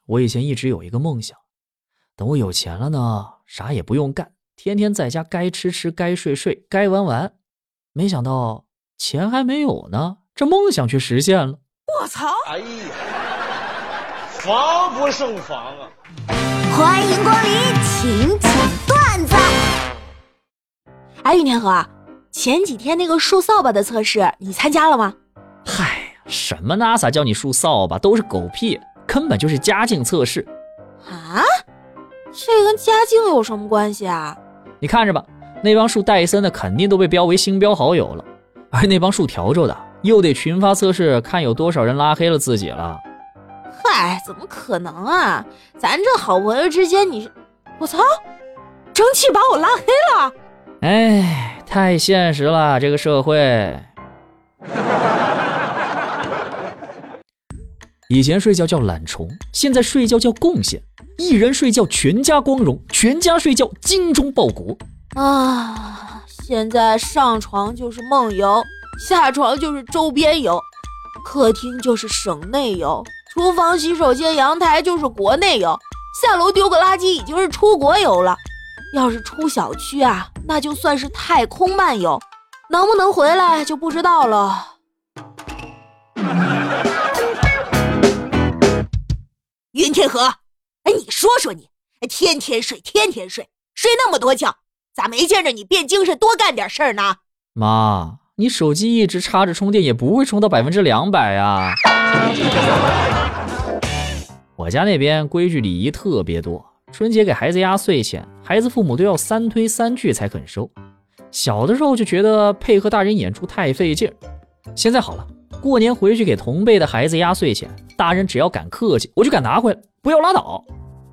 我以前一直有一个梦想，等我有钱了呢，啥也不用干，天天在家该吃吃，该睡睡，该玩玩。没想到钱还没有呢，这梦想却实现了。 我操！ 哎呀，防不胜防啊！ 欢迎光临请讲段子。哎，云天河，前几天那个竖扫把的测试你参加了吗？ 嗨，什么 NASA 叫你竖扫把，都是狗屁，根本就是家境测试。 啊？这跟家境有什么关系啊？ 你看着吧，那帮竖戴森的肯定都被标为星标好友了，而那帮竖笤帚的又得群发测试，看有多少人拉黑了自己了。 嗨，怎么可能啊？咱这好朋友之间，我操，蒸汽把我拉黑了！ 哎，太现实了，这个社会。以前睡觉叫懒虫，现在睡觉叫贡献。一人睡觉全家光荣，全家睡觉精忠报国啊！现在上床就是梦游，下床就是周边游，客厅就是省内游，厨房洗手间阳台就是国内游，下楼丢个垃圾已经是出国游了。要是出小区啊，那就算是太空漫游，能不能回来就不知道了。 云天河，哎，你说说你，天天睡，睡那么多觉，咋没见着你变精神多干点事儿呢？ 妈，你手机一直插着充电也不会充到200%呀。我家那边规矩礼仪特别多，春节给孩子压岁钱，孩子父母都要3推3拒才肯收。小的时候就觉得配合大人演出太费劲儿，现在好了，过年回去给同辈的孩子压岁钱，大人只要敢客气，我就敢拿回来，不要拉倒。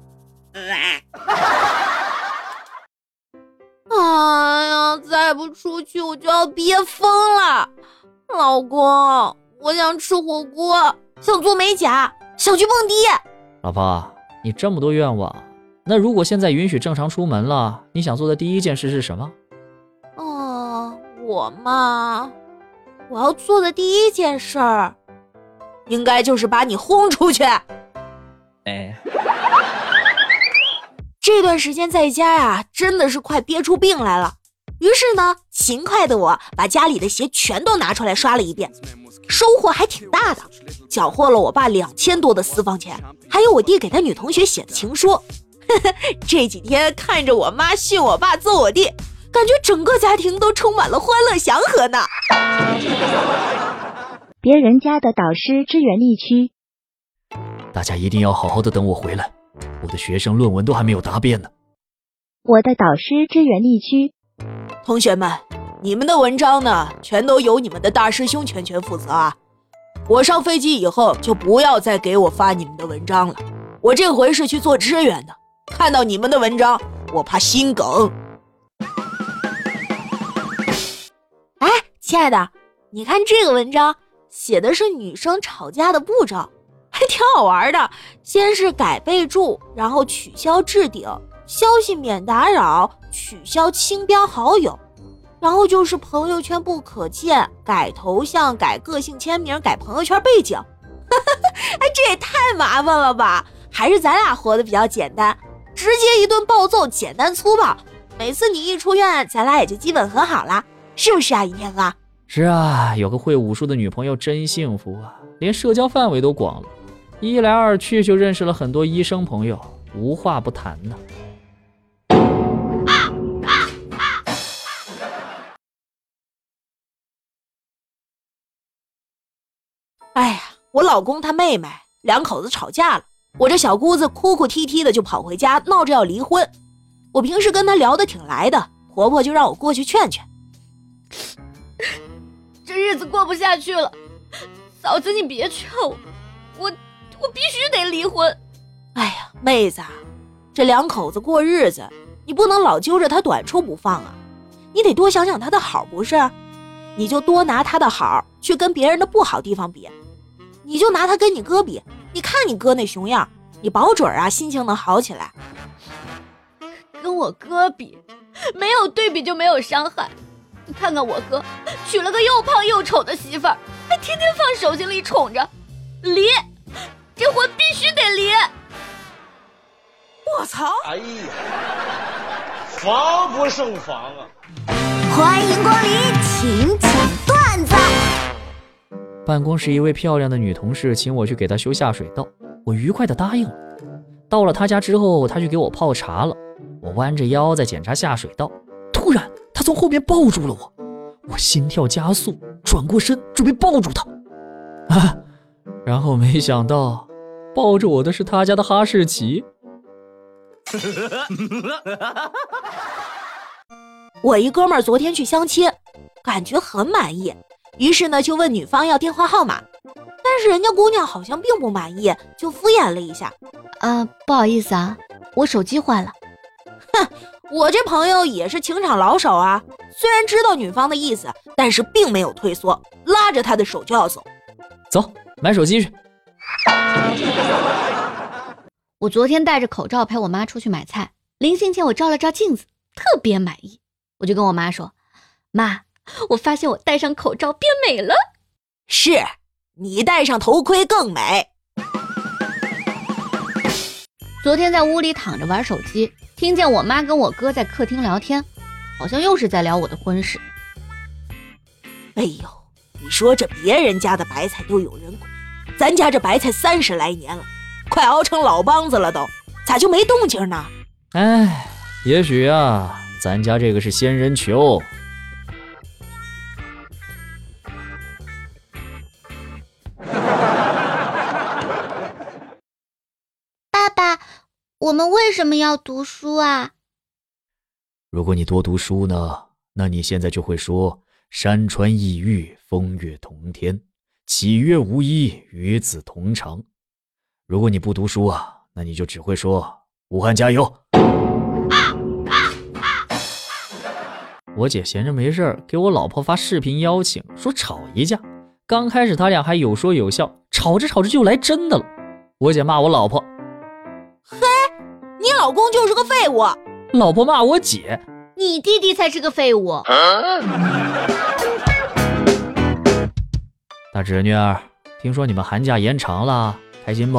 哎呀，再不出去我就要憋疯了。老公，我想吃火锅，想做美甲，想去蹦迪。 老婆，你这么多愿望，那如果现在允许正常出门了，你想做的第一件事是什么？ 我嘛，我要做的第一件事儿， 应该就是把你轰出去。 哎， 这段时间在家呀，真的是快憋出病来了。于是呢，勤快的我把家里的鞋全都拿出来刷了一遍，收获还挺大的，缴获了我爸2000多的私房钱，还有我弟给他女同学写的情书。这几天看着我妈训我爸揍我弟，感觉整个家庭都充满了欢乐祥和呢。 别人家的导师支援地区， 大家一定要好好的等我回来，我的学生论文都还没有答辩呢。 我的导师支援地区， 同学们，你们的文章呢，全都由你们的大师兄全负责啊。我上飞机以后就不要再给我发你们的文章了，我这回是去做支援的，看到你们的文章我怕心梗。 哎，亲爱的，你看这个文章写的是女生吵架的步骤，还挺好玩的。先是改备注，然后取消置顶，消息免打扰，取消清标好友，然后就是朋友圈不可见，改头像，改个性签名，改朋友圈背景。哎，这也太麻烦了吧，还是咱俩活得比较简单，直接一顿暴揍，简单粗暴，每次你一出院咱俩也就基本和好了，是不是啊，云天哥？ 是啊，有个会武术的女朋友真幸福啊，连社交范围都广了，一来二去就认识了很多医生朋友，无话不谈呢。 哎呀，我老公他妹妹两口子吵架了，我这小姑子哭哭啼啼的就跑回家，闹着要离婚。我平时跟她聊得挺来的，婆婆就让我过去劝劝。 这日子过不下去了，嫂子你别劝我必须得离婚。 哎呀，妹子，这两口子过日子，你不能老揪着他短处不放啊，你得多想想他的好，不是？你就多拿他的好去跟别人的不好地方比，你就拿他跟你哥比，你看你哥那熊样，你保准啊心情能好起来。 跟我哥比，没有对比就没有伤害。你看看我哥，娶了个又胖又丑的媳妇儿，还天天放手心里宠着，离，这婚必须得离。 操！ 哎呀，防不胜防啊！ 欢迎光临，请讲段子。 办公室一位漂亮的女同事请我去给她修下水道，我愉快地答应了。到了她家之后，她去给我泡茶了。我弯着腰在检查下水道，突然她从后面抱住了我，我心跳加速，转过身准备抱住她，然后没想到抱着我的是她家的哈士奇。 我一哥们儿昨天去相亲，感觉很满意，于是呢就问女方要电话号码，但是人家姑娘好像并不满意，就敷衍了一下。 不好意思啊，我手机坏了。 哼，我这朋友也是情场老手啊，虽然知道女方的意思，但是并没有退缩，拉着她的手就要走。 走，买手机去。 我昨天戴着口罩陪我妈出去买菜，临行前我照了照镜子，特别满意。我就跟我妈说，妈，我发现我戴上口罩变美了。 是，你戴上头盔更美。 昨天在屋里躺着玩手机，听见我妈跟我哥在客厅聊天，好像又是在聊我的婚事。 哎呦，你说这别人家的白菜都有人管，咱家这白菜30来年了，快熬成老梆子了都，咋就没动静呢？ 哎，也许啊，咱家这个是仙人球。 爸爸，我们为什么要读书啊？ 如果你多读书呢，那你现在就会说山川异域，风月同天，岂曰无衣，与子同裳。如果你不读书啊，那你就只会说武汉加油。我姐闲着没事给我老婆发视频邀请，说吵一架。刚开始他俩还有说有笑，吵着吵着就来真的了。我姐骂我老婆， 嘿，你老公就是个废物。 老婆骂我姐， 你弟弟才是个废物。 大侄女儿，听说你们寒假延长了，开心不？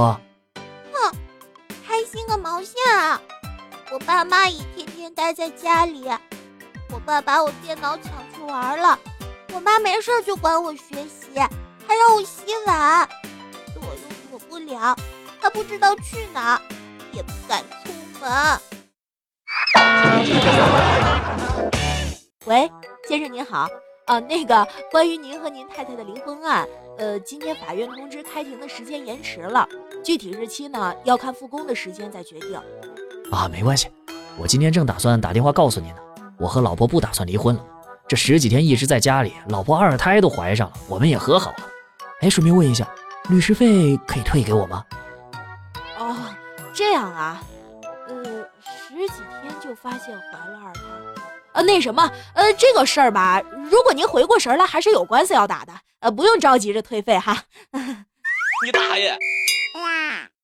开心个毛线啊！我爸妈也天天待在家里，我爸把我电脑抢去玩了，我妈没事就管我学习，还让我洗碗，可我又躲不了，她不知道去哪，也不敢出门。 喂，先生您好，那个关于您和您太太的离婚案，今天法院通知开庭的时间延迟了，具体日期呢要看复工的时间再决定。 没关系，我今天正打算打电话告诉你呢，我和老婆不打算离婚了，这10几天一直在家里，老婆2胎都怀上了，我们也和好了。顺便问一下，律师费可以退给我吗？ 哦，这样啊，10几天就发现怀了2胎。那什么，这个事儿吧，如果您回过神来，还是有官司要打的，不用着急着退费哈。 你大爷！